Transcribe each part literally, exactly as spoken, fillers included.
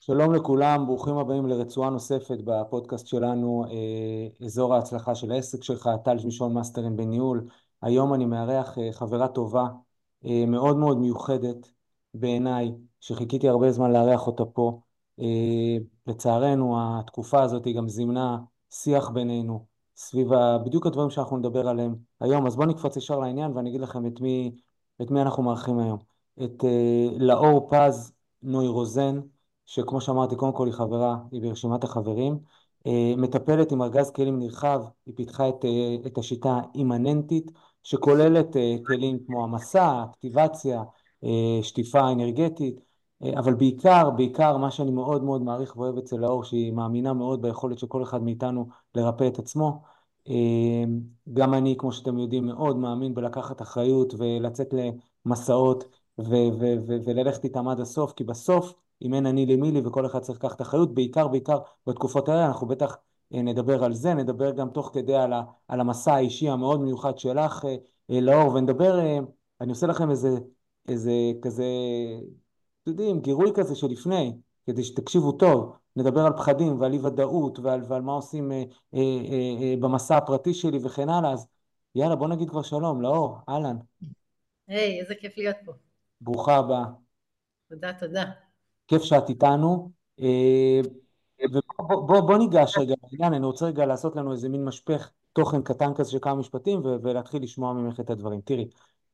שלום לכולם, ברוכים הבאים לרצועה נוספת בפודקאסט שלנו, אה, אזור ההצלחה של העסק שלך, טל שמשון מאסטרים בניהול. היום אני מארח אה, חברה טובה, אה, מאוד מאוד מיוחדת בעיניי, שחיכיתי הרבה זמן לארח אותה פה. אה, לצערנו, התקופה הזאת היא גם זימנה שיח בינינו, סביב ה- בדיוק הדברים שאנחנו נדבר עליהם היום. אז בואו נקפוץ ישר לעניין ואני אגיד לכם את מי, את מי אנחנו מארחים היום. את אה, לאור פז נוי רוזן, שכמו שאמרתי, קודם כל היא חברה, היא ברשימת החברים, אה, מטפלת עם ארגז כלים נרחב, היא פיתחה את, אה, את השיטה האימננטית, שכוללת אה, כלים כמו המסע, אקטיבציה, אה, שטיפה אנרגטית, אה, אבל בעיקר, בעיקר מה שאני מאוד מאוד מעריך ואוהב אצל לאור, שהיא מאמינה מאוד ביכולת של כל אחד מאיתנו לרפא את עצמו. אה, גם אני, כמו שאתם יודעים, מאוד מאמין בלקחת אחריות ולצאת למסעות ו- ו- ו- וללכת איתם עד הסוף, כי בסוף אם אין אני למי לי וכל אחד צריך לקחת אחריות, בעיקר בעיקר בתקופות האלה. אנחנו בטח אה, נדבר על זה, נדבר גם תוך כדי על, ה, על המסע האישי המאוד מיוחד שלך, אה, אה, לאור, ונדבר, אה, אני עושה לכם איזה, איזה כזה, אתם יודעים, גירוי כזה שלפני, כדי שתקשיבו טוב, נדבר על פחדים ועל אי ודאות ועל, ועל מה עושים אה, אה, אה, אה, במסע הפרטי שלי וכן הלאה. אז יאללה, בוא נגיד כבר שלום, לאור, אהלן, היי, איזה כיף להיות פה. ברוכה הבאה. תודה, תודה. כיף שאת איתנו. אה, ובוא בוא, בוא ניגש רגע לעניין, אני רוצה רגע לעשות לנו איזה מין משפך תוכן קטן כזה של כמה משפטים ו- ולהתחיל לשמוע ממך את הדברים. תראי,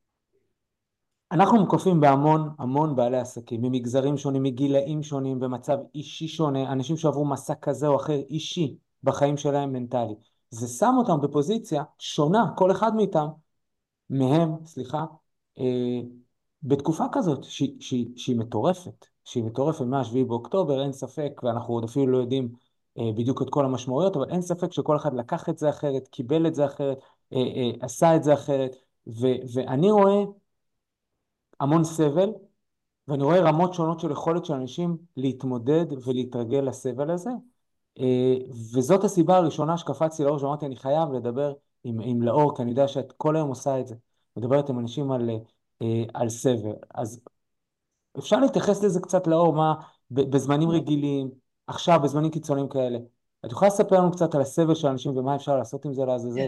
אנחנו מוקפים בהמון המון בעלי עסקים, ממגזרים שונים, מגילאים שונים, במצב אישי שונה, אנשים שעברו מסע כזה או אחר אישי בחיים שלהם מנטלי. זה שם אותם בפוזיציה שונה, כל אחד מאיתם, מהם, סליחה, אה, בתקופה כזאת שהיא, שהיא, שהיא מטורפת, שהיא מטורפת מה-שביעי באוקטובר, אין ספק, ואנחנו עוד אפילו לא יודעים אה, בדיוק את כל המשמעויות, אבל אין ספק שכל אחד לקח את זה אחרת, קיבל את זה אחרת, אה, אה, עשה את זה אחרת, ו, ואני רואה המון סבל, ואני רואה רמות שונות של יכולת של אנשים להתמודד ולהתרגל לסבל הזה, אה, וזאת הסיבה הראשונה שקפצתי לאור, שאמרתי, אני חייב לדבר עם, עם לאור, כי אני יודע שאת כל היום עושה את זה, מדברת עם אנשים על, אה, על סבל. אז אפשר להתייחס לזה קצת לאור, מה ב- בזמנים רגילים, עכשיו בזמנים קיצוניים כאלה. את יכולה לספר לנו קצת על הסבל של אנשים ומה אפשר לעשות עם זה לעזאזל?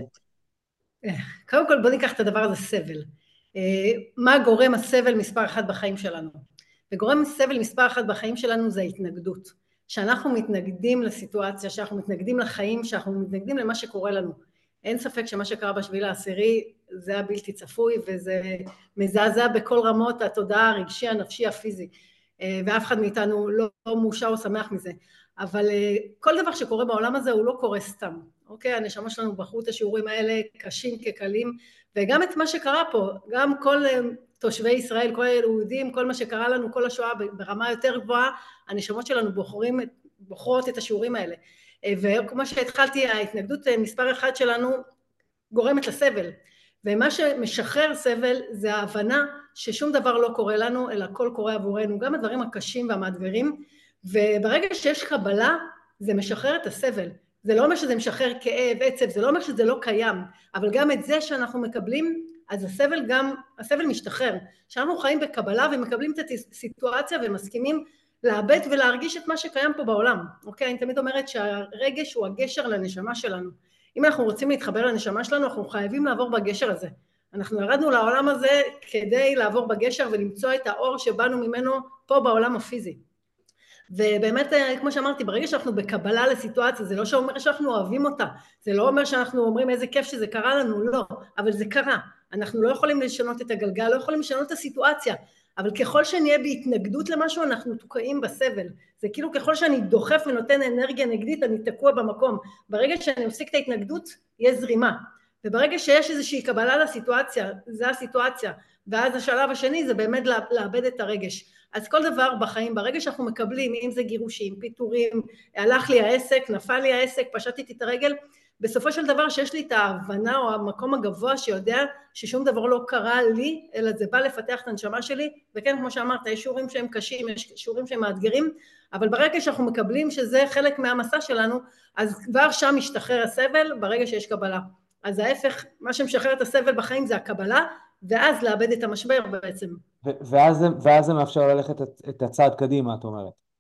קודם כל בוא ניקח את הדבר הזה, סבל. אה, מה גורם הסבל מספר אחת בחיים שלנו? וגורם הסבל מספר אחת בחיים שלנו זה ההתנגדות. שאנחנו מתנגדים לסיטואציה, שאנחנו מתנגדים לחיים, שאנחנו מתנגדים למה שקורה לנו. אין ספק שמה שקרה בשביל העשירי זה היה בלתי צפוי, וזה מזעזע בכל רמות התודעה, הרגשי, הנפשי, הפיזי. אה, ואף אחד מאיתנו לא, לא מאושר או שמח מזה. אבל אה, כל דבר שקורה בעולם הזה הוא לא קורה סתם. אוקיי, הנשמה שלנו בחרו את השיעורים האלה קשים כקלים, וגם את מה שקרה פה, גם כל תושבי ישראל, כל היהודים, כל מה שקרה לנו, כל השואה ברמה יותר גבוהה, הנשמות שלנו בוחרים, בוחרות את השיעורים האלה. וכמו שהתחלתי, ההתנגדות מספר אחד שלנו גורמת לסבל, ומה שמשחרר סבל זה ההבנה ששום דבר לא קורה לנו, אלא הכל קורה עבורנו, גם הדברים הקשים והמאתגרים, וברגע שיש קבלה, זה משחרר את הסבל. זה לא אומר שזה משחרר כאב, עצב, זה לא אומר שזה לא קיים, אבל גם את זה שאנחנו מקבלים, אז הסבל גם, הסבל משתחרר. שאנחנו חיים בקבלה ומקבלים את הסיטואציה ומסכימים לאבד ולהרגיש את מה שקיים פה בעולם. אוקיי? אני תמיד אומרת שהרגש הוא הגשר לנשמה שלנו. אם אנחנו רוצים להתחבר לנשמה שלנו, אנחנו חייבים לעבור בגשר הזה. אנחנו ירדנו לעולם הזה כדי לעבור בגשר ולמצוא את האור שבאנו ממנו פה בעולם הפיזי. ובאמת, כמו שאמרתי, ברגע שאנחנו בקבלה לסיטואציה, זה לא שאומר שאנחנו אוהבים אותה, זה לא אומר שאנחנו אומרים איזה כיף שזה קרה לנו, לא, אבל זה קרה. אנחנו לא יכולים לשנות את הגלגל, לא יכולים לשנות את הסיטואציה, אבל ככל שנהיה בהתנגדות למשהו, אנחנו תוקעים בסבל. זה כאילו ככל שאני דוחף ונותן אנרגיה נגדית, אני תקוע במקום. ברגע שאני מפסיק את ההתנגדות, יש זרימה. וברגע שיש איזושהי קבלה לסיטואציה, זה הסיטואציה, ואז השלב השני זה באמת לאבד את הרגש. אז כל דבר בחיים, ברגע שאנחנו מקבלים, אם זה גירושים, פיטורים, הלך לי העסק, נפל לי העסק, פשטתי את הרגל, בסופו של דבר שיש לי את ההבנה או המקום הגבוה שיודע ששום דבר לא קרה לי, אלא זה בא לפתח את הנשמה שלי, וכן, כמו שאמרת, יש שיעורים שהם קשים, יש שיעורים שהם מאתגרים, אבל ברגע שאנחנו מקבלים שזה חלק מהמסע שלנו, אז כבר שם משתחרר הסבל ברגע שיש קבלה. אז ההפך, מה שמשחרר את הסבל בחיים זה הקבלה, ואז לאבד את המשבר בעצם. ו- ואז, זה- ואז זה מאפשר ללכת את, את הצעד קדימה, את אומרת.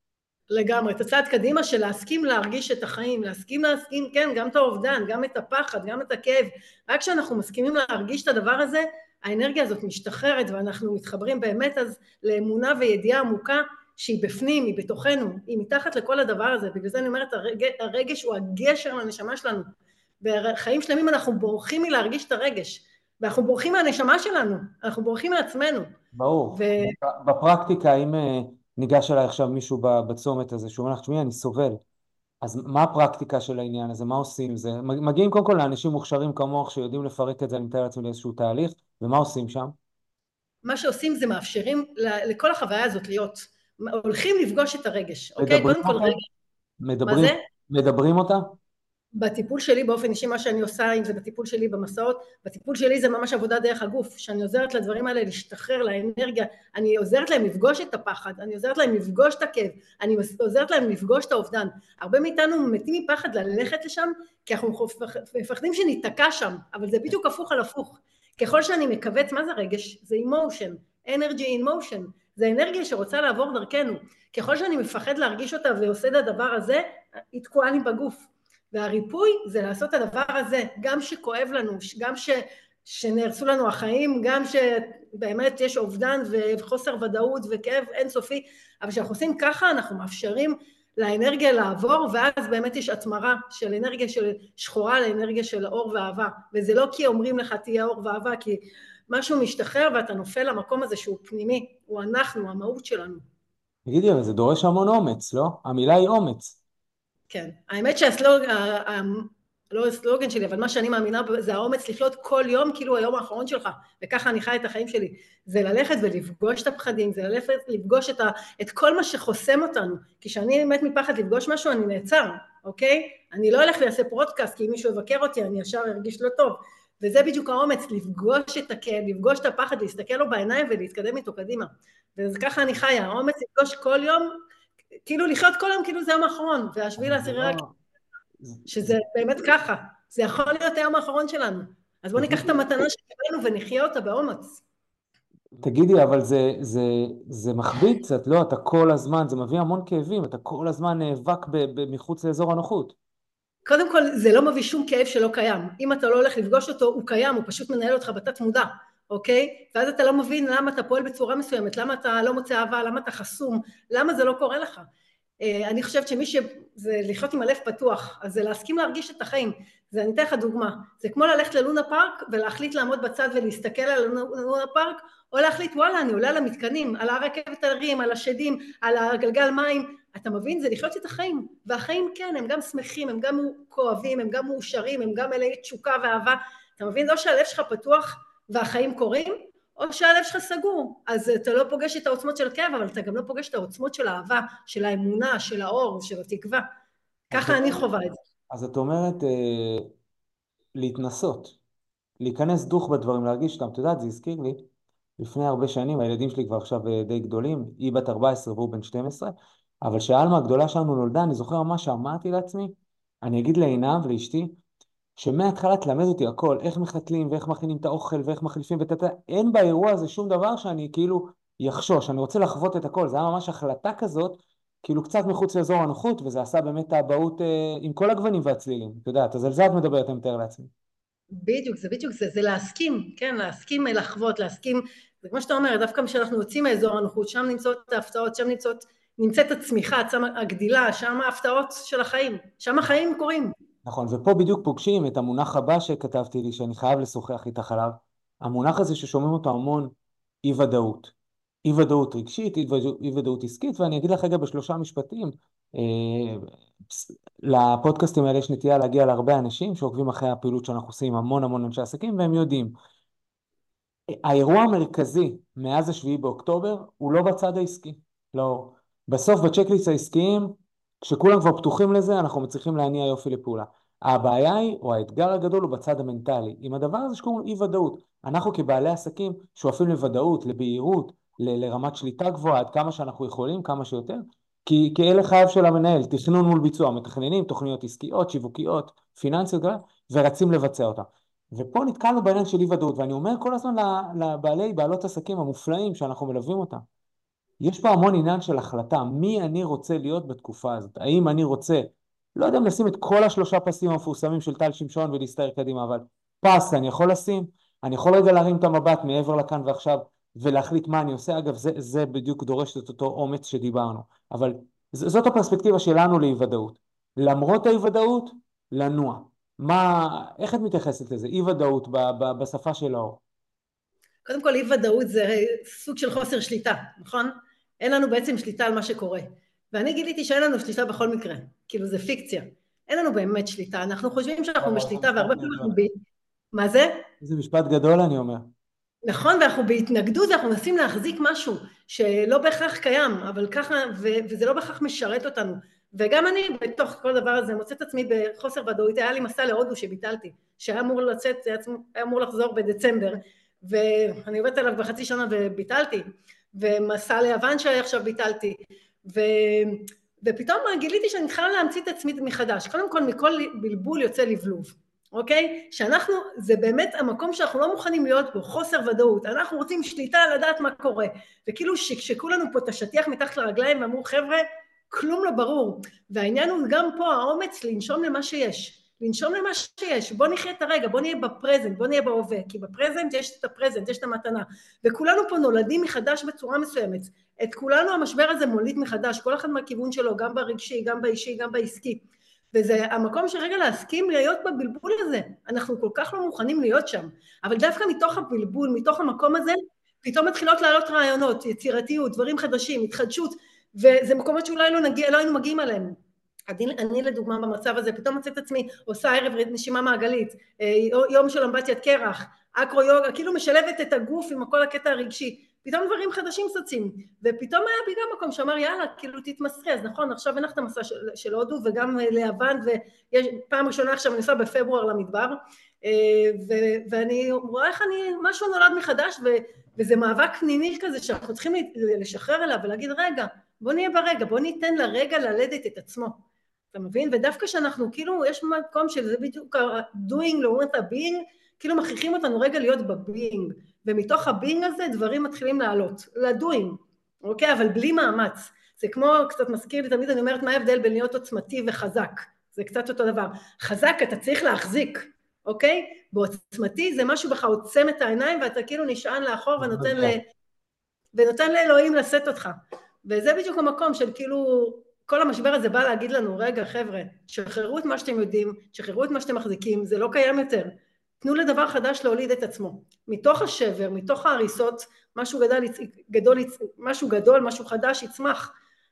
לגמרי, את הצעד קדימה של להסכים להרגיש את החיים, להסכים להסכים, כן, גם את האובדן, גם את הפחד, גם את הכאב. רק כשאנחנו מסכימים להרגיש את הדבר הזה, האנרגיה הזאת משתחררת, ואנחנו מתחברים באמת אז לאמונה וידיעה עמוקה, שהיא בפנים, היא בתוכנו, היא מתחת לכל הדבר הזה. בגלל זה אני אומרת, הרג, הרגש הוא הגשר לנשמה שלנו. בחיים שלמים אנחנו בורחים מלהרגיש את הרגש, ואנחנו בורחים מהנשמה שלנו, אנחנו בורחים מעצמנו. ברור. ו... בפרקטיקה, אם אה, ניגש אליי עכשיו מישהו ב- בצומת הזה, שאומר לך, תשמעי, אני סובל, אז מה הפרקטיקה של העניין הזה? מה עושים עם זה? מגיעים קודם כל לאנשים מוכשרים כמוך שיודעים לפרק את זה, אני מתאר לעצמי לאיזשהו תהליך, ומה עושים שם? מה שעושים זה מאפשרים לכל החוויה הזאת להיות, הולכים לפגוש את הרגש, אוקיי? מדברים קודם כל אותה? רגש, מה מדברים, זה? מדברים אותה? בטיפול שלי באופן אישי, מה שאני עושה, אם זה בטיפול שלי במסעות, בטיפול שלי זה ממש עבודה דרך הגוף, שאני עוזרת לדברים האלה להשתחרר, לאנרגיה, אני עוזרת להם לפגוש את הפחד, אני עוזרת להם לפגוש את הכאב, אני עוזרת להם לפגוש את האובדן. הרבה מאיתנו מתים מפחד ללכת לשם, כי אנחנו מפחדים שניתקע שם, אבל זה בדיוק הפוך על הפוך. ככל שאני מכווץ, מה זה רגש? זה emotion, energy in motion, זה אנרגיה שרוצה לעבור דרכנו. ככל שאני מפחד להרגיש אותה ועושה את הדבר הזה, היא תקועה לי בגוף. והריפוי זה לעשות את הדבר הזה, גם שכואב לנו, גם ש, שנהרסו לנו החיים, גם שבאמת יש אובדן וחוסר ודאות וכאב אינסופי, אבל כשאנחנו עושים ככה אנחנו מאפשרים לאנרגיה לעבור, ואז באמת יש התמרה של אנרגיה של שחורה לאנרגיה של אור ואהבה, וזה לא כי אומרים לך תהיה אור ואהבה, כי משהו משתחרר ואתה נופל למקום הזה שהוא פנימי, הוא אנחנו, המהות שלנו. תגידי, אבל זה דורש המון אומץ, לא? המילה היא אומץ. כן, האמת שהסלוגן, לא הסלוגן שלי, אבל מה שאני מאמינה זה האומץ לחיות כל יום כאילו היום האחרון שלך, וככה אני חי את החיים שלי, זה ללכת ולפגוש את הפחדים, זה ללכת לפגוש את, ה, את כל מה שחוסם אותנו, כי כשאני באמת מפחד לפגוש משהו אני נעצר, אוקיי? אני לא הולך לעשות פרודקאסט, כי אם מישהו יבקר אותי אני ישר ארגיש לא טוב, וזה בדיוק האומץ, לפגוש את הכאב, לפגוש את הפחד, להסתכל לו בעיניים ולהתקדם איתו קדימה, וככה אני חיה, האומץ לפגוש כל יום, כאילו לחיות כל יום כאילו זה יום האחרון, והשביעי אבל זה לעשירי, לא... זה- שזה זה- באמת ככה, זה יכול להיות היום האחרון שלנו, אז בואו ניקח את תגידי, המתנה שלנו ונחיה אותה באומץ. תגידי, אבל זה, זה, זה מכביד קצת, לא? אתה כל הזמן, זה מביא המון כאבים, אתה כל הזמן נאבק ב, ב, מחוץ לאזור הנוחות. קודם כל זה לא מביא שום כאב שלא קיים, אם אתה לא הולך לפגוש אותו הוא קיים, הוא פשוט מנהל אותך בתת מודע, אוקיי? ואז אתה לא מבין למה אתה פועל בצורה מסוימת, למה אתה לא מוצא אהבה, למה אתה חסום, למה זה לא קורה לך. אני חושבת שמי שזה לחיות עם הלב פתוח, אז זה להסכים להרגיש את החיים. זה, אני אתן לך דוגמה, זה כמו ללכת ללונה פארק ולהחליט לעמוד בצד ולהסתכל על לונה פארק, או להחליט וואלה אני עולה על המתקנים, על הרכבת הרים, על השדים, על הגלגל מים, אתה מבין? זה לחיות את החיים, והחיים כן, הם גם שמחים, הם גם כואבים, הם גם מאושרים, הם גם מלאי תשוקה ואהבה, אתה מבין? לא שהלב שלך פתוח והחיים קורים, או שהלב שלך סגור, אז אתה לא פוגש את העוצמות של הכאב, אבל אתה גם לא פוגש את העוצמות של האהבה, של האמונה, של האור, של התקווה. אז ככה את אני אומרת, חווה את זה. אז את אומרת אה, להתנסות, להיכנס דוך בדברים, להרגיש אותם. את יודעת, זה הזכיר לי, לפני הרבה שנים, הילדים שלי כבר עכשיו אה, די גדולים, היא בת ארבע עשרה והוא בן שתים עשרה, אבל כשאלמה הגדולה שלנו נולדה, אני זוכר ממש שאמרתי לעצמי, אני אגיד לעינב, לאשתי, שמההתחלה תלמד אותי הכל, איך מחתלים ואיך מכינים את האוכל ואיך מחליפים ותת... אין באירוע הזה שום דבר שאני כאילו יחשוש, אני רוצה לחוות את הכל, זה היה ממש החלטה כזאת, כאילו קצת מחוץ לאזור הנוחות, וזה עשה באמת האבהות אה, עם כל הגוונים והצלילים, את יודעת, אז על זה את מדברת, אני מתאר לעצמי. בדיוק, זה בדיוק, זה, זה להסכים, כן, להסכים לחוות, להסכים, זה כמו שאתה אומר, דווקא כשאנחנו יוצאים מאזור הנוחות, שם נמצאות ההפתעות, שם נמצאות, נמצאת הצמיחה, שם הגדילה, שם ההפתעות של החיים, שם החיים קורים. נכון, ופה בדיוק פוגשים את המונח הבא שכתבתי לי, שאני חייב לשוחח איתך עליו, המונח הזה ששומעים אותו המון, אי-ודאות. אי-ודאות רגשית, אי-ודאות אי-ודאות עסקית, ואני אגיד לך רגע בשלושה משפטים, אה, לפודקאסטים האלה יש נטייה להגיע להרבה אנשים שעוקבים אחרי הפעילות שאנחנו עושים, המון המון אנשי עסקים, והם יודעים. האירוע המרכזי מאז השביעי באוקטובר הוא לא בצד העסקי. לא. בסוף בצ'קליסט העסקיים, כשכולם כבר פתוחים לזה, אנחנו מצליחים להניע יופי לפעולה. הבעיה היא, או האתגר הגדול הוא בצד המנטלי. עם הדבר הזה שקוראים אי ודאות. אנחנו כבעלי עסקים שואפים לוודאות, לבהירות, ל- לרמת שליטה גבוהה, עד כמה שאנחנו יכולים, כמה שיותר. כי, כי אלה חייו של המנהל, תכנון מול ביצוע, מתכננים תוכניות עסקיות, שיווקיות, פיננסיות, ורצים לבצע אותה. ופה נתקלנו בעניין של אי ודאות, ואני אומר כל הזמן לבעלי, בעלות עסקים המופלאים שאנחנו מלווים אותם, יש פה המון עניין של החלטה, מי אני רוצה להיות בתקופה הזאת. האם אני רוצה, לא יודע אם לשים את כל השלושה פסים המפורסמים של טל שמשון ולהסתער קדימה, אבל פס אני יכול לשים, אני יכול רגע להרים את המבט מעבר לכאן ועכשיו ולהחליט מה אני עושה. אגב, זה, זה בדיוק דורש את אותו אומץ שדיברנו, אבל ז- זאת הפרספקטיבה שלנו לאי-ודאות. למרות האי-ודאות, לנוע. מה, איך את מתייחסת לזה? אי-ודאות ב- ב- בשפה של האור. קודם כל, אי ודאות זה סוג של חוסר שליטה, נכון? אין לנו בעצם שליטה על מה שקורה. ואני גיליתי שאין לנו שליטה בכל מקרה, כאילו זה פיקציה. אין לנו באמת שליטה, אנחנו חושבים שאנחנו וואו, איזה בשליטה, משפט והרבה פעמים גדול. אנחנו ב... מה זה? איזה משפט גדול אני אומר. נכון, ואנחנו בהתנגדות, אנחנו מנסים להחזיק משהו שלא בהכרח קיים, אבל ככה, ו, וזה לא בהכרח משרת אותנו. וגם אני, בתוך כל הדבר הזה, מוצאת עצמי בחוסר ודאות. היה לי מסע להודו שביטלתי, שהיה אמור לצאת, היה אמור לחזור בדצמבר, ואני עובדת עליו בחצי שנה וביטלתי, ומסע ליוון שהיה עכשיו ביטלתי, ו... ופתאום גיליתי שאני צריכה להמציא את עצמי מחדש. קודם כל, מכל בלבול יוצא לבלוב. אוקיי? שאנחנו, זה באמת המקום שאנחנו לא מוכנים להיות בו, חוסר ודאות. אנחנו רוצים שליטה לדעת מה קורה. וכאילו שקשקו לנו פה את השטיח מתחת לרגליים ואמרו, חבר'ה, כלום לא ברור. והעניין הוא גם פה האומץ לנשום למה שיש. לנשום למה שיש. בוא נחיה את הרגע, בוא נהיה בפרזנט, בוא נהיה בהווה. כי בפרזנט יש את הפרזנט, יש את המתנה. וכולנו פה נולדים מחדש בצורה מסוימת. את כולנו המשבר הזה מוליד מחדש, כל אחד מהכיוון שלו, גם ברגשי, גם באישי, גם בעסקי. וזה המקום שרגע להסכים להיות בבלבול הזה, אנחנו כל כך לא מוכנים להיות שם, אבל דווקא מתוך הבלבול, מתוך המקום הזה, פתאום מתחילות לעלות רעיונות, יצירתיות, דברים חדשים, התחדשות, וזה מקומות שאולי לא, נגיע, לא היינו מגיעים עליהם. אני, אני לדוגמה במצב הזה, פתאום מצאת עצמי, עושה ערב נשימה מעגלית, יום של אמבטיית קרח, אקרו יוגה, כאילו משלבת את הגוף עם כל הקטע הרגשי, פתאום דברים חדשים צצים, ופתאום היה בי גם מקום שאמר יאללה, כאילו תתמסרי, אז נכון, עכשיו הנחת מסע של, של הודו וגם ליוון, ופעם ראשונה עכשיו אני עושה בפברואר למדבר, ו, ואני רואה איך אני, משהו נולד מחדש, ו, וזה מאבק פנימי כזה שאנחנו צריכים לשחרר אליו ולהגיד רגע, בוא נהיה ברגע, בוא ניתן לרגע ללדת את עצמו, אתה מבין? ודווקא שאנחנו כאילו, יש מקום שזה בדיוק ה-doing לעומת ה-being, כאילו מכריחים אותנו רגע להיות בביינג, ומתוך הביינג הזה דברים מתחילים לעלות, לדויים, אוקיי? אבל בלי מאמץ. זה כמו, קצת מזכיר לי, תמיד אני אומרת, מה ההבדל בין להיות עוצמתי וחזק? זה קצת אותו דבר. חזק אתה צריך להחזיק, אוקיי? בעוצמתי זה משהו בך עוצם את העיניים, ואתה כאילו נשען לאחור ונותן, ל... ונותן לאלוהים לשאת אותך. וזה בדיוק המקום של כאילו, כל המשבר הזה בא להגיד לנו, רגע חבר'ה, שחררו את מה שאתם יודעים, שחררו את מה שאתם מחזיקים, זה לא קיים יותר. תנו לדבר חדש להוליד את עצמו. מתוך השבר, מתוך ההריסות, משהו גדול, גדול, משהו גדול, משהו חדש יצמח.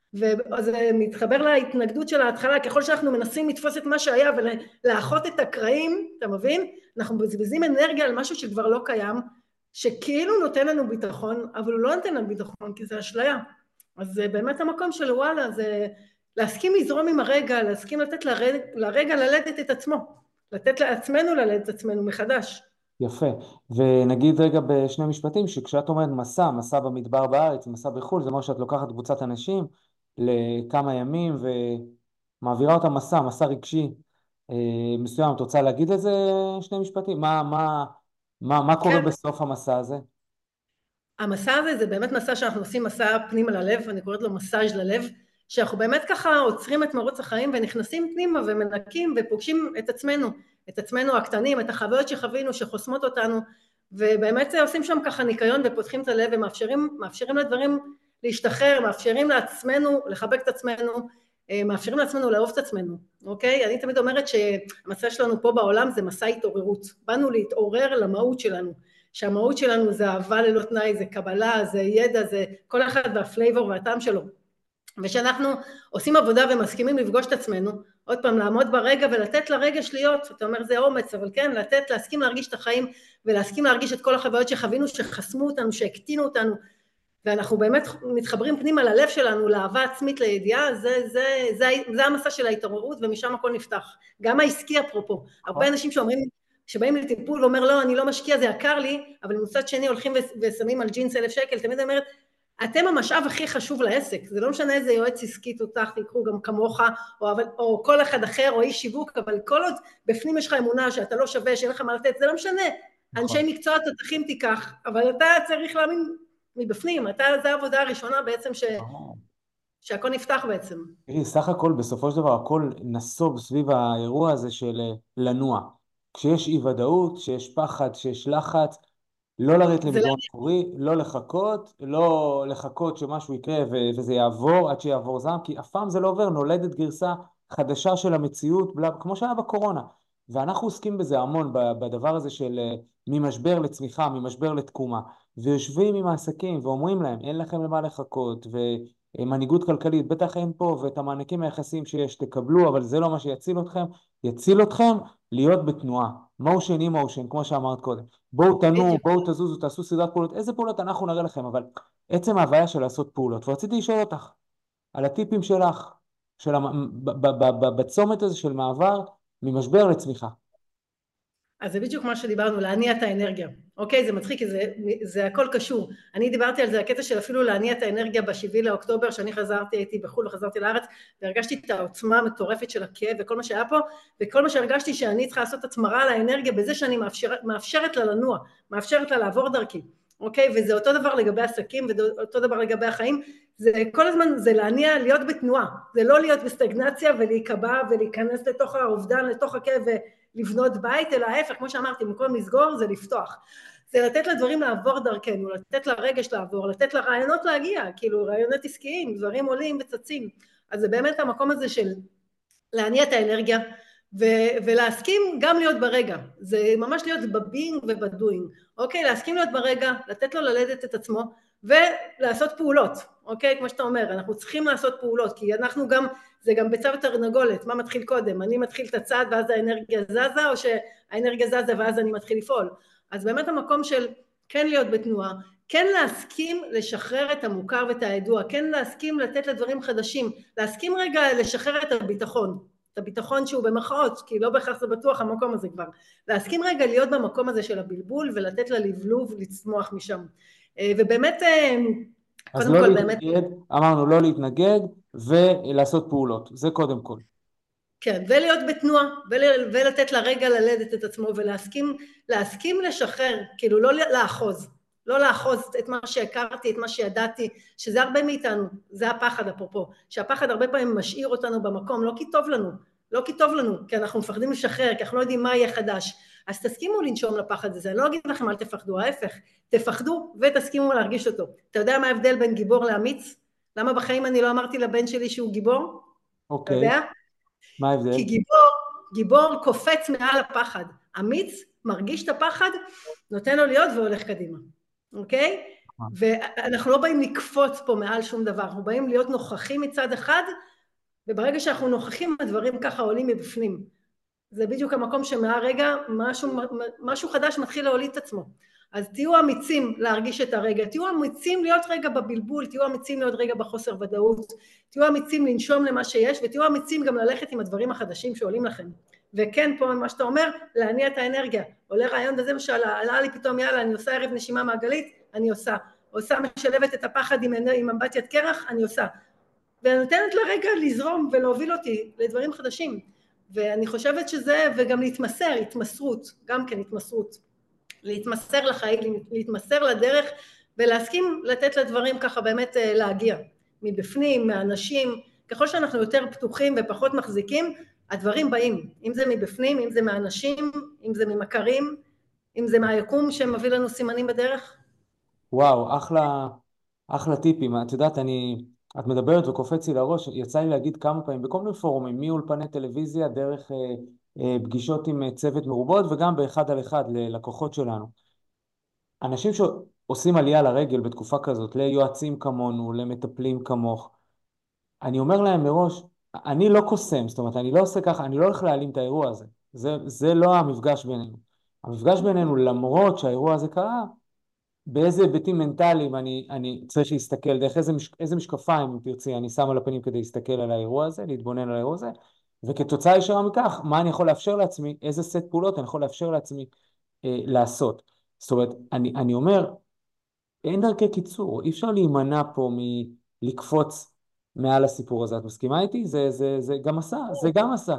וזה מתחבר להתנגדות של ההתחלה, ככל שאנחנו מנסים לתפוס את מה שהיה ולאחות את הקרעים, אתה מבין? אנחנו מבזבזים אנרגיה על משהו שכבר לא קיים, שכאילו נותן לנו ביטחון, אבל הוא לא נותן לנו ביטחון, כי זה אשליה. אז זה באמת המקום של וואלה, זה להסכים לזרום עם הרגע, להסכים לתת לרגע, לרגע ללדת את עצמו. לתת לעצמנו ללדת את עצמנו מחדש. יפה. ונגיד רגע בשני משפטים, שכשאת אומרת מסע, מסע במדבר בארץ, מסע בחו"ל, זה אומר שאת לוקחת קבוצת אנשים לכמה ימים ומעבירה אותם מסע, מסע רגשי אה, מסוים. את רוצה להגיד את זה שני משפטים? מה, מה, מה, מה קורה כן. בסוף המסע הזה? המסע הזה זה באמת מסע שאנחנו עושים מסע פנימה ללב, אני קוראת לו מסאז' ללב, שאנחנו באמת ככה עוצרים את מרוץ החיים ונכנסים פנימה ומנקים ופוגשים את עצמנו, את עצמנו הקטנים, את החוויות שחווינו, שחוסמות אותנו, ובאמת עושים שם ככה ניקיון ופותחים את הלב ומאפשרים מאפשרים לדברים להשתחרר, מאפשרים לעצמנו לחבק את עצמנו, מאפשרים לעצמנו לאהוב את עצמנו, אוקיי? אני תמיד אומרת שהמסע שלנו פה בעולם זה מסע התעוררות, באנו להתעורר למהות שלנו, שהמהות שלנו זה אהבה ללא תנאי, זה קבלה, זה ידע, זה כל אחד והפלייבור והטעם שלו. ושאנחנו עושים עבודה ומסכימים לפגוש את עצמנו, עוד פעם לעמוד ברגע ולתת לרגש להיות, אתה אומר זה אומץ, אבל כן, לתת, להסכים להרגיש את החיים, ולהסכים להרגיש את כל החוויות שחווינו, שחסמו אותנו, שהקטינו אותנו, ואנחנו באמת מתחברים פנימה ללב שלנו, לאהבה עצמית, לידיעה, זה, זה, זה, זה המסע של ההתעוררות, ומשם הכל נפתח. גם העסקי אפרופו, הרבה אנשים שאומרים, שבאים לטיפול ואומר לא, אני לא משקיע, זה יקר לי, אבל מצד שני הולכים ושמים על ג'ינס אלף שקל, תמיד אומרת, אתם המשאב הכי חשוב לעסק, זה לא משנה איזה יועץ עסקי תותח, תיקחו גם כמוך, או, או כל אחד אחר, או איש שיווק, אבל כל עוד בפנים יש לך אמונה שאתה לא שווה, שאין לך מה לתת, זה לא משנה, אנשי מקצוע תותחים תיקח, אבל אתה צריך להאמין מבפנים, אתה, זה העבודה הראשונה בעצם ש, ברור. שהכל נפתח בעצם. תראי, סך הכל, בסופו של דבר, הכל נסוב סביב האירוע הזה של אה, לנוע. כשיש אי ודאות, כשיש פחד, כשיש לחץ, לא לרדת זה למדרון אחורי, לא לחכות, לא לחכות שמשהו יקרה ו- וזה יעבור עד שיעבור זעם, כי אף פעם זה לא עובר, נולדת גרסה חדשה של המציאות, בלה, כמו שהיה בקורונה. ואנחנו עוסקים בזה המון, ב- בדבר הזה של אה, ממשבר לצמיחה, ממשבר לתקומה. ויושבים עם העסקים ואומרים להם, אין לכם למה לחכות, ומנהיגות כלכלית, בטח אין פה, ואת המענקים היחסיים שיש תקבלו, אבל זה לא מה שיציל אתכם. יציל אתכם להיות בתנועה. מושן אי מושן, כמו שאמרת קודם. בואו תנו, בדיוק. בואו תזוזו, תעשו סדרת פעולות. איזה פעולות אנחנו נראה לכם, אבל עצם ההוויה של לעשות פעולות. ורציתי לשאול אותך על הטיפים שלך, של המ... ב- ב- ב- ב- בצומת הזה של מעבר ממשבר לצמיחה. אז זה בדיוק מה שדיברנו, להניע את האנרגיה. אוקיי, זה מצחיק, כי זה, זה הכל קשור. אני דיברתי על זה, הקטע של אפילו להניע את האנרגיה בשביעי לאוקטובר, שאני חזרתי, הייתי בחו"ל וחזרתי לארץ, והרגשתי את העוצמה המטורפת של הכאב וכל מה שהיה פה, וכל מה שהרגשתי שאני צריכה לעשות התמרה על האנרגיה בזה שאני מאפשר, מאפשרת לה לנוע, מאפשרת לה לעבור דרכי. אוקיי, וזה אותו דבר לגבי עסקים, ואותו דבר לגבי החיים, זה כל הזמן, זה להניע, להיות בתנועה, זה לא להיות בסטגנציה ולהיקבע ולהיכנס לתוך האובדן, לתוך הכאב לבנות בית, אלא ההפך, כמו שאמרתי, במקום לסגור זה לפתוח. זה לתת לדברים לעבור דרכנו, לתת לרגש לעבור, לתת לרעיונות להגיע, כאילו רעיונות עסקיים, דברים עולים וצצים. אז זה באמת המקום הזה של להניע את האנרגיה, ו- ולהסכים גם להיות ברגע. זה ממש להיות בבינג ובדוינג. אוקיי, להסכים להיות ברגע, לתת לו ללדת את עצמו, ולעשות פעולות. אוקיי, כמו שאתה אומר, אנחנו צריכים לעשות פעולות, כי אנחנו גם, זה גם ביצה ותרנגולת, מה מתחיל קודם? אני מתחיל את הצעד ואז האנרגיה זזה, או שהאנרגיה זזה ואז אני מתחיל לפעול? אז באמת המקום של כן להיות בתנועה, כן להסכים לשחרר את המוכר ואת הידוע, כן להסכים לתת לדברים חדשים, להסכים רגע לשחרר את הביטחון, את הביטחון שהוא במחאות, כי לא בהכרח זה בטוח המקום הזה כבר, להסכים רגע להיות במקום הזה של הבלבול ולתת ללבלוב לצמוח משם. ובאמת, אז קודם לא כל באמת, להתנגד, אמרנו לא להתנגד ולעשות פעולות, זה קודם כל. כן, ולהיות בתנועה, ולתת לרגע ללדת את עצמו, ולהסכים, להסכים לשחרר, כאילו לא לאחוז, לא לאחוז את מה שהכרתי, את מה שידעתי, שזה הרבה מאיתנו, זה הפחד אפרופו, שהפחד הרבה פעמים משאיר אותנו במקום, לא כי טוב לנו, לא כי טוב לנו, כי אנחנו מפחדים לשחרר, כי אנחנו לא יודעים מה יהיה חדש, אז תסכימו לנשום לפחד הזה, אני לא אגיד לכם אל תפחדו, ההפך, תפחדו ותסכימו להרגיש אותו. אתה יודע מה ההבדל בין גיבור לאמיץ? למה בחיים אני לא אמרתי לבן שלי שהוא גיבור? אתה אוקיי, יודע? מה ההבדל? כי גיבור, גיבור קופץ מעל הפחד, אמיץ, מרגיש את הפחד, נותן לו להיות והולך קדימה, אוקיי? ואנחנו לא באים לקפוץ פה מעל שום דבר, אנחנו באים להיות נוכחים מצד אחד, וברגע שאנחנו נוכחים הדברים ככה עולים מבפנים. זה בדיוק המקום שמהרגע משהו, משהו חדש מתחיל להוליד את עצמו. אז תהיו אמיצים להרגיש את הרגע, תהיו אמיצים להיות רגע בבלבול, תהיו אמיצים להיות רגע בחוסר ודאות, תהיו אמיצים לנשום למה שיש, ותהיו אמיצים גם ללכת עם הדברים החדשים שעולים לכם. וכן, פה מה שאתה אומר, להניע את האנרגיה. עולה רעיון וזה משל, עלה לי פתאום, יאללה, אני עושה ערב נשימה מעגלית, אני עושה. עושה משלבת את הפחד עם, עם אמבטיית קרח, אני עושה. ונותנת לרגע לזרום ולהוביל אותי לדברים חדשים. ואני חושבת שזה, וגם להתמסר, התמסרות, גם כן התמסרות. להתמסר לחיים, להתמסר לדרך, ולהסכים לתת לדברים ככה באמת להגיע. מבפנים, מאנשים, ככל שאנחנו יותר פתוחים ופחות מחזיקים, הדברים באים. אם זה מבפנים, אם זה מאנשים, אם זה ממכרים, אם זה מהיקום שמביא לנו סימנים בדרך. וואו, אחלה, אחלה טיפים. את יודעת, אני, את מדברת וקופץ לי לראש, יצא לי להגיד כמה פעמים בכל מיני פורומים, מאולפני טלוויזיה, דרך אה, אה, פגישות עם אה, צוות מרובות, וגם באחד על אחד ללקוחות שלנו. אנשים שעושים עלייה לרגל בתקופה כזאת, ליועצים כמונו, למטפלים כמוך, אני אומר להם מראש, אני לא קוסם, זאת אומרת, אני לא עושה ככה, אני לא הולך להעלים את האירוע הזה. זה, זה לא המפגש בינינו. המפגש בינינו, למרות שהאירוע הזה קרה, באיזה היבטים מנטליים אני, אני צריך להסתכל, דרך איזה, מש, איזה משקפיים, אם תרצי, אני שם על הפנים כדי להסתכל על האירוע הזה, להתבונן על האירוע הזה, וכתוצאה ישרה מכך, מה אני יכול לאפשר לעצמי, איזה סט פעולות אני יכול לאפשר לעצמי אה, לעשות. זאת אומרת, אני, אני אומר, אין דרכי קיצור, אי אפשר להימנע פה מלקפוץ מעל הסיפור הזה. את מסכימה איתי? זה, זה, זה גם עשה, זה גם עשה.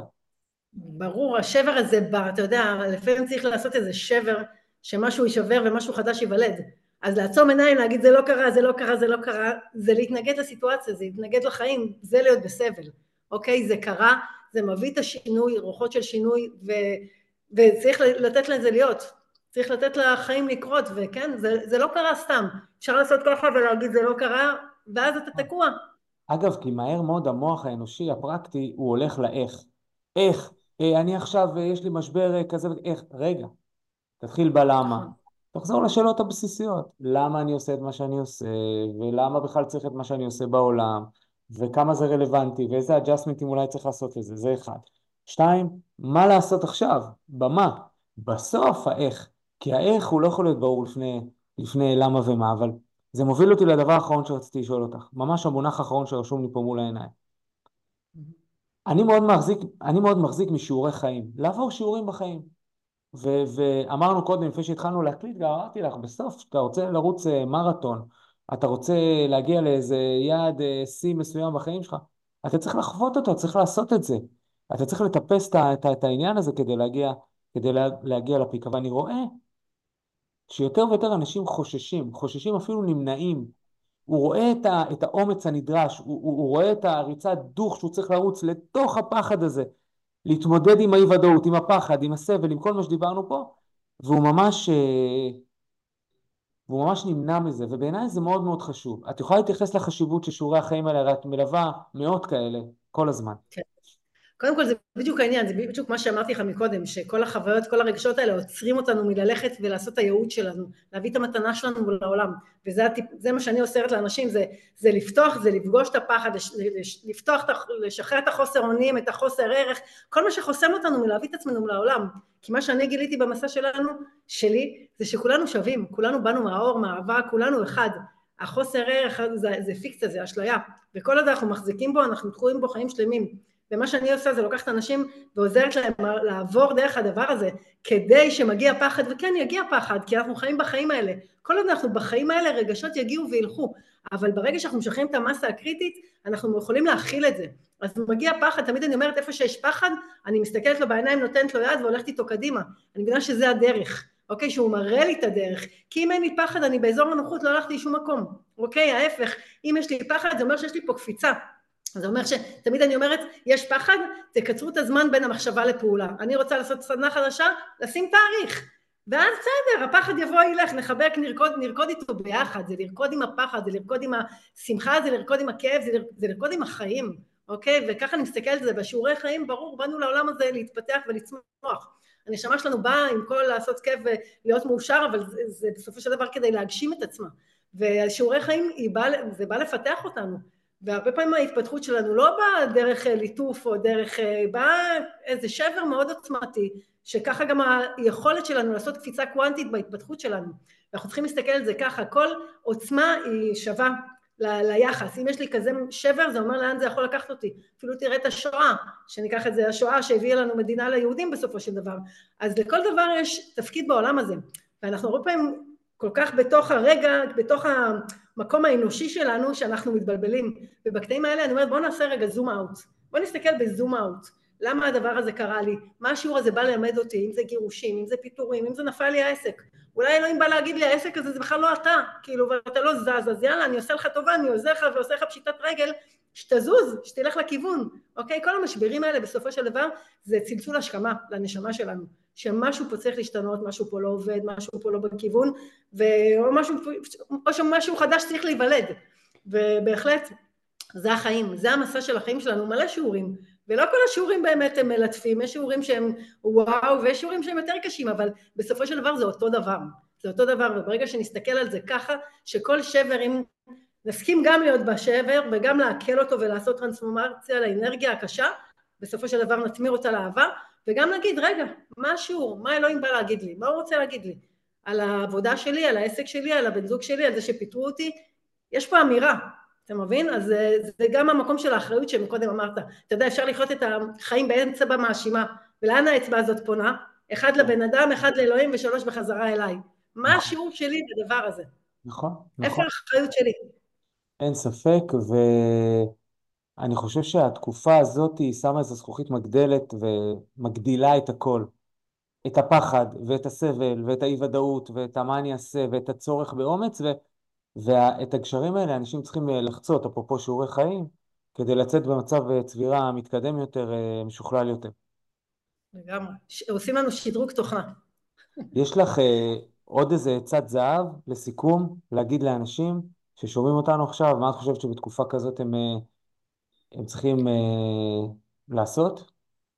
ברור, השבר הזה בא, אתה יודע, לפעמים צריך לעשות איזה שבר, שמשהו יישבר ומשהו חדש ייוולד. אז לעצום עיניים, להגיד זה לא קרה, זה לא קרה, זה לא קרה, זה להתנגד לסיטואציה, זה להתנגד לחיים, זה להיות בסבל, אוקיי? זה קרה, זה מביא את השינוי, רוחות של שינוי, ו, וצריך לתת לזה להיות, צריך לתת לחיים לקרות, וכן, זה, זה לא קרה סתם, אפשר לעשות ככה ולהגיד זה לא קרה, ואז אתה תקוע. אגב, כי מהר מאוד המוח האנושי הפרקטי הוא הולך לאיך. איך? אה, אני עכשיו, אה, יש לי משבר אה, כזה, איך? רגע, תתחיל בלמה. נכון. תחזור לשאלות הבסיסיות. למה אני עושה את מה שאני עושה, ולמה בכלל צריך את מה שאני עושה בעולם, וכמה זה רלוונטי, ואיזה adjustmentים אולי צריך לעשות לזה, זה אחד. שתיים, מה לעשות עכשיו? במה? בסוף האיך. כי האיך הוא לא יכול להיות ברור לפני, לפני למה ומה, אבל זה מוביל אותי לדבר האחרון שרציתי לשאול אותך. ממש המונח האחרון שרשום לי פה מול העיניים. אני מאוד מחזיק, אני מאוד מחזיק משיעורי חיים. לעבור שיעורים בחיים. ו- ואמרנו קודם, לפני שהתחלנו להקליט, גם אמרתי לך, בסוף, אתה רוצה לרוץ אה, מרתון, אתה רוצה להגיע לאיזה יעד אה, שיא מסוים בחיים שלך, אתה צריך לחוות אותו, צריך לעשות את זה. אתה צריך לטפס את, ה- את, ה- את העניין הזה כדי להגיע, כדי לה, להגיע לפיק. אבל אני רואה שיותר ויותר אנשים חוששים, חוששים אפילו נמנעים. הוא רואה את, ה, את האומץ הנדרש, הוא, הוא, הוא רואה את הריצת דוך שהוא צריך לרוץ לתוך הפחד הזה. להתמודד עם האי-ודאות, עם הפחד, עם הסבל, עם כל מה שדיברנו פה, והוא ממש, אה, והוא ממש נמנע מזה, ובעיניי זה מאוד מאוד חשוב. את יכולה להתייחס לחשיבות של שיעורי החיים האלה, הרי את מלווה מאות כאלה כל הזמן. קודם כל זה בדיוק העניין, זה בדיוק מה שאמרתי לך מקודם, שכל החוויות, כל הרגשות האלה עוצרים אותנו מללכת ולעשות את הייעוד שלנו, להביא את המתנה שלנו לעולם, וזה הטיפ, זה מה שאני אוסרת לאנשים, זה, זה לפתוח, זה לפגוש את הפחד, לפתוח, לשחרר את החוסר אונים, את החוסר ערך, כל מה שחוסם אותנו מלהביא את עצמנו לעולם, כי מה שאני גיליתי במסע שלנו, שלי, זה שכולנו שווים, כולנו באנו מהאור, מהאהבה, כולנו אחד, החוסר ערך זה, זה פיקציה, זה אשליה, וכל עוד אנחנו מחזיקים בו, אנחנו תקועים בו חיים שלמים, ומה שאני עושה זה לוקחת אנשים ועוזרת להם לעבור דרך הדבר הזה, כדי שמגיע פחד, וכן יגיע פחד, כי אנחנו חיים בחיים האלה, כל עוד אנחנו בחיים האלה רגשות יגיעו וילכו, אבל ברגע שאנחנו משחררים את המסה הקריטית, אנחנו יכולים להכיל את זה, אז מגיע פחד, תמיד אני אומרת איפה שיש פחד, אני מסתכלת לו בעיניים, נותנת לו יד והולכת איתו קדימה, אני מבינה שזה הדרך, אוקיי, שהוא מראה לי את הדרך, כי אם אין לי פחד אני באזור הנוחות לא הלכתי לשום מקום, אוקיי, ההפך, אם יש לי פחד זה אומר שיש לי פה קפיצה, זה אומר שתמיד אני אומרת, יש פחד, תקצרו את הזמן בין המחשבה לפעולה. אני רוצה לעשות סדנה חדשה, לשים תאריך. ואז בסדר, הפחד יבוא ילך, נחבק, נרקוד, נרקוד איתו ביחד, זה לרקוד עם הפחד, זה לרקוד עם השמחה, זה לרקוד עם הכאב, זה, זה לרקוד עם החיים, אוקיי? וככה אני מסתכלת על זה, בשיעורי חיים, ברור, באנו לעולם הזה להתפתח ולצמוח. הנשמה שלנו באה עם כל לעשות כיף ולהיות מאושר, אבל זה, זה בסופו של דבר כדי להגשים את עצמה. והשיעורי חיים, בא, זה בא לפתח אותנו. והרבה פעמים ההתפתחות שלנו לא באה דרך ליטוף או דרך, באה איזה שבר מאוד עוצמתי, שככה גם היכולת שלנו לעשות קפיצה קוונטית בהתפתחות שלנו. ואנחנו צריכים להסתכל על זה ככה, כל עוצמה היא שווה ל- ליחס. אם יש לי כזה שבר, זה אומר לאן זה יכול לקחת אותי. אפילו תראה את השואה, שניקח את זה, השואה שהביאה לנו מדינה ליהודים בסופו של דבר. אז לכל דבר יש תפקיד בעולם הזה. ואנחנו הרבה פעמים כל כך בתוך הרגע, בתוך המקום האנושי שלנו, שאנחנו מתבלבלים. ובקטעים האלה אני אומרת, בוא נעשה רגע זום אאוט. בוא נסתכל בזום אאוט. למה הדבר הזה קרה לי? מה השיעור הזה בא ללמד אותי? אם זה גירושים, אם זה פיטורים, אם זה נפל לי העסק. אולי אלוהים בא להגיד לי, העסק הזה זה בכלל לא אתה, כאילו, ואתה לא זז, אז יאללה, אני עושה לך טובה, אני עוזר לך ועושה לך פשיטת רגל, שתזוז, שתלך לכיוון, אוקיי? כל המשברים האלה בסופו של דבר, זה צלצול השכמה לנשמה שלנו, שמשהו פה צריך להשתנות, משהו פה לא עובד, משהו פה לא בכיוון, ו... או, משהו, או שמשהו חדש צריך להיוולד, ובהחלט, זה החיים, זה המסע של החיים שלנו, מלא שיעורים, ולא כל השיעורים באמת הם מלטפים, יש שיעורים שהם וואו, ויש שיעורים שהם יותר קשים, אבל בסופו של דבר זה אותו דבר, זה אותו דבר, וברגע שנסתכל על זה ככה, שכל שבר, אם נסכים גם להיות בשבר, וגם להקל אותו ולעשות טרנספורמציה לאנרגיה הקשה, בסופו של דבר נתמיר אותה לאהבה, וגם נגיד, רגע, מה השיעור? מה אלוהים בא להגיד לי? מה הוא רוצה להגיד לי? על העבודה שלי, על העסק שלי, על הבן זוג שלי, על זה שפיטרו אותי? יש פה אמירה, אתה מבין? אז זה, זה גם המקום של האחריות שמקודם אמרת. אתה יודע, אפשר לחיות את החיים באמצע מאשימה, ולאן האצבע הזאת פונה? אחד לבן אדם, אחד לאלוהים ושלוש בחזרה אליי. מה נכון, השיעור שלי בדבר הזה? נכון, איפה נכון. האחריות שלי? אין ספק, ואני חושב שהתקופה הזאת היא שמה איזו זכוכית מגדלת ומגדילה את הכל. את הפחד ואת הסבל ואת האי-ודאות ואת המה אני אעשה ואת הצורך באומץ, ו, ואת הגשרים האלה אנשים צריכים אה, לחצות, אפרופו שיעורי חיים, כדי לצאת במצב אה, צבירה מתקדם יותר, אה, משוכלל יותר. לגמרי. ש- עושים לנו שדרוג תוכנה. יש לך אה, עוד איזה עצת זהב לסיכום, להגיד לאנשים ששומעים אותנו עכשיו, מה את חושבת שבתקופה כזאת הם, אה, הם צריכים אה, לעשות?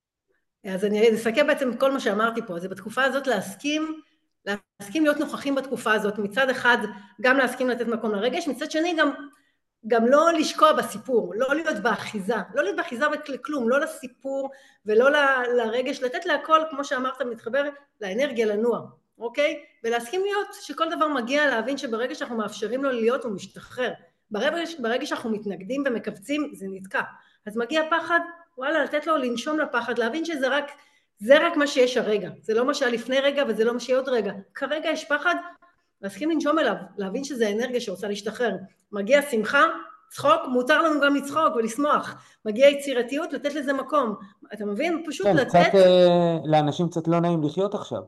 אז אני אסכם בעצם את כל מה שאמרתי פה, זה בתקופה הזאת להסכים, להסכים להיות נוכחים בתקופה הזאת, מצד אחד גם להסכים לתת מקום לרגש, מצד שני גם, גם לא לשקוע בסיפור, לא להיות באחיזה, לא להיות באחיזה בכלום, לא לסיפור ולא ל- לרגש, לתת להכל, כמו שאמרת, מתחבר לאנרגיה, לנוע, אוקיי? ולהסכים להיות שכל דבר מגיע, להבין שברגע שאנחנו מאפשרים לו להיות הוא משתחרר, ברגע, ברגע שאנחנו מתנגדים ומקבצים זה נתקע, אז מגיע פחד, וואלה, לתת לו לנשום לפחד, להבין שזה רק, זה רק מה שיש הרגע, זה לא מה שהיה לפני רגע וזה לא מה שיהיה עוד רגע, כרגע יש פחד, להסכים לנשום אליו, להבין שזה אנרגיה שרוצה להשתחרר, מגיע שמחה, צחוק, מותר לנו גם לצחוק ולשמוח, מגיע יצירתיות, לתת לזה מקום, אתה מבין? פשוט כן, קצת, לתת, אה, לאנשים קצת לא נעים לחיות עכשיו.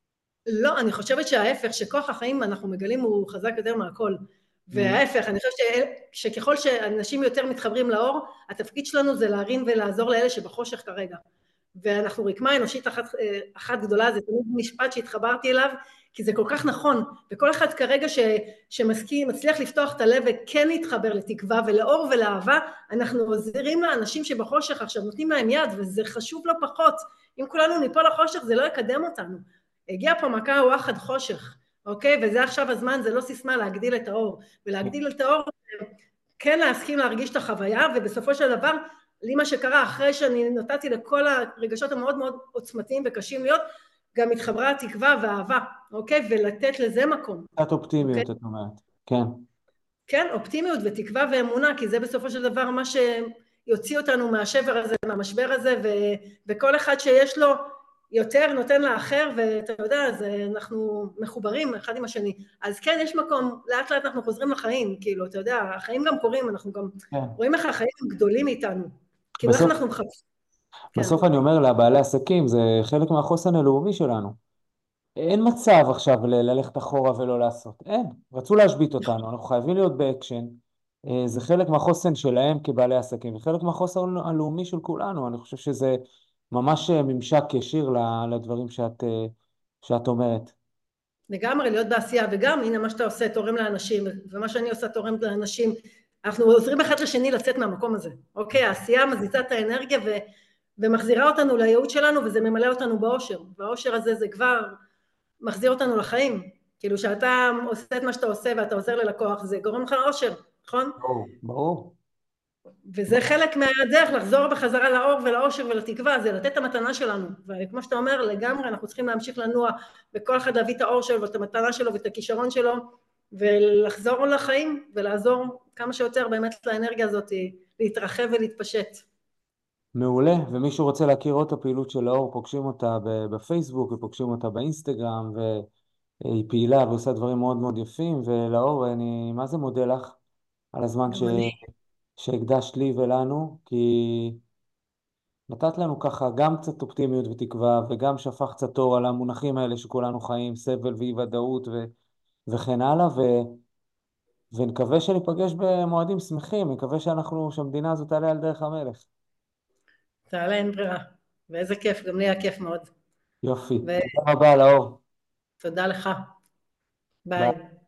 לא, אני חושבת שההפך, שכוח החיים אנחנו מגלים הוא חזק יותר מהכל, Mm. וההפך, אני חושבת ש... שככל שאנשים יותר מתחברים לאור, התפקיד שלנו זה להרים ולעזור לאלה שבחושך כרגע. ואנחנו רקמה אנושית אחת, אחת גדולה, זה תמיד משפט שהתחברתי אליו, כי זה כל כך נכון, וכל אחד כרגע ש, שמסכים, מצליח לפתוח את הלב וכן להתחבר לתקווה ולאור ולאהבה, אנחנו עוזרים לאנשים שבחושך עכשיו, נותנים להם יד, וזה חשוב לא פחות, אם כולנו ניפול לחושך זה לא יקדם אותנו, הגיע פה מכה וואחד חושך, אוקיי? וזה עכשיו הזמן, זה לא סיסמה להגדיל את האור, ולהגדיל את האור, כן להסכים להרגיש את החוויה, ובסופו של דבר, לי מה שקרה אחרי שאני נתתי לכל הרגשות המאוד מאוד עוצמתיים וקשים להיות, גם התחברה התקווה והאהבה, אוקיי? ולתת לזה מקום, קצת אוקיי? אופטימיות, את אומרת. כן. כן, אופטימיות ותקווה ואמונה, כי זה בסופו של דבר מה שיוציא אותנו מהשבר הזה, מהמשבר הזה, ו, וכל אחד שיש לו יותר נותן לאחר, ואתה יודע, זה, אנחנו מחוברים אחד עם השני. אז כן, יש מקום, לאט לאט אנחנו חוזרים לחיים, כאילו, אתה יודע, החיים גם קורים, אנחנו גם כן. רואים איך החיים הם גדולים מאיתנו. כאילו, איך בסוף, אנחנו מחפשים, כן. בסוף אני אומר לבעלי עסקים, זה חלק מהחוסן הלאומי שלנו. אין מצב עכשיו ל- ללכת אחורה ולא לעשות. אין. רצו להשבית אותנו, אנחנו חייבים להיות באקשן. אה, זה חלק מהחוסן שלהם כבעלי עסקים, וחלק מהחוסן הלאומי של כולנו. אני חושב שזה ממש אה, ממשק ישיר ל- לדברים שאת, אה, שאת אומרת. לגמרי להיות בעשייה, וגם הנה מה שאתה עושה תורם לאנשים, ומה שאני עושה תורם לאנשים, אנחנו עוזרים אחד לשני לצאת מהמקום הזה, אוקיי? העשייה מזיזה את האנרגיה ו, ומחזירה אותנו לייעוד שלנו, וזה ממלא אותנו באושר, והאושר הזה זה כבר מחזיר אותנו לחיים, כאילו שאתה עושה את מה שאתה עושה ואתה עוזר ללקוח, זה גורם לך אושר, נכון? ברור, ברור. וזה חלק מהדרך לחזור בחזרה לאור ולאושר ולתקווה, זה לתת את המתנה שלנו, וכמו שאתה אומר, לגמרי אנחנו צריכים להמשיך לנוע, וכל אחד להביא את האור שלו ואת המתנה שלו ואת הכישרון שלו, ולחזור לחיים ולעזור כמה שיותר באמת לאנרגיה הזאת להתרחב ולהתפשט. מעולה, ומישהו רוצה להכיר עוד את הפעילות של האור, פוגשים אותה ב- בפייסבוק ופוגשים אותה באינסטגרם, והיא פעילה ועושה דברים מאוד מאוד יפים, ולאור, אני מה זה מודה לך על הזמן ש... גם אני, שהקדשת לי ולנו, כי נתת לנו ככה גם קצת אופטימיות ותקווה, וגם שפך קצת אור על המונחים האלה שכולנו חיים, סבל ואי ודאות ו... וכן הלאה, ו... ונקווה שניפגש במועדים שמחים, נקווה שאנחנו, שהמדינה הזאת תעלה על דרך המלך. תעלה אין ברירה, ואיזה כיף, גם לי היה כיף מאוד, יופי, תודה רבה לאור. ותודה לך, ביי. ביי.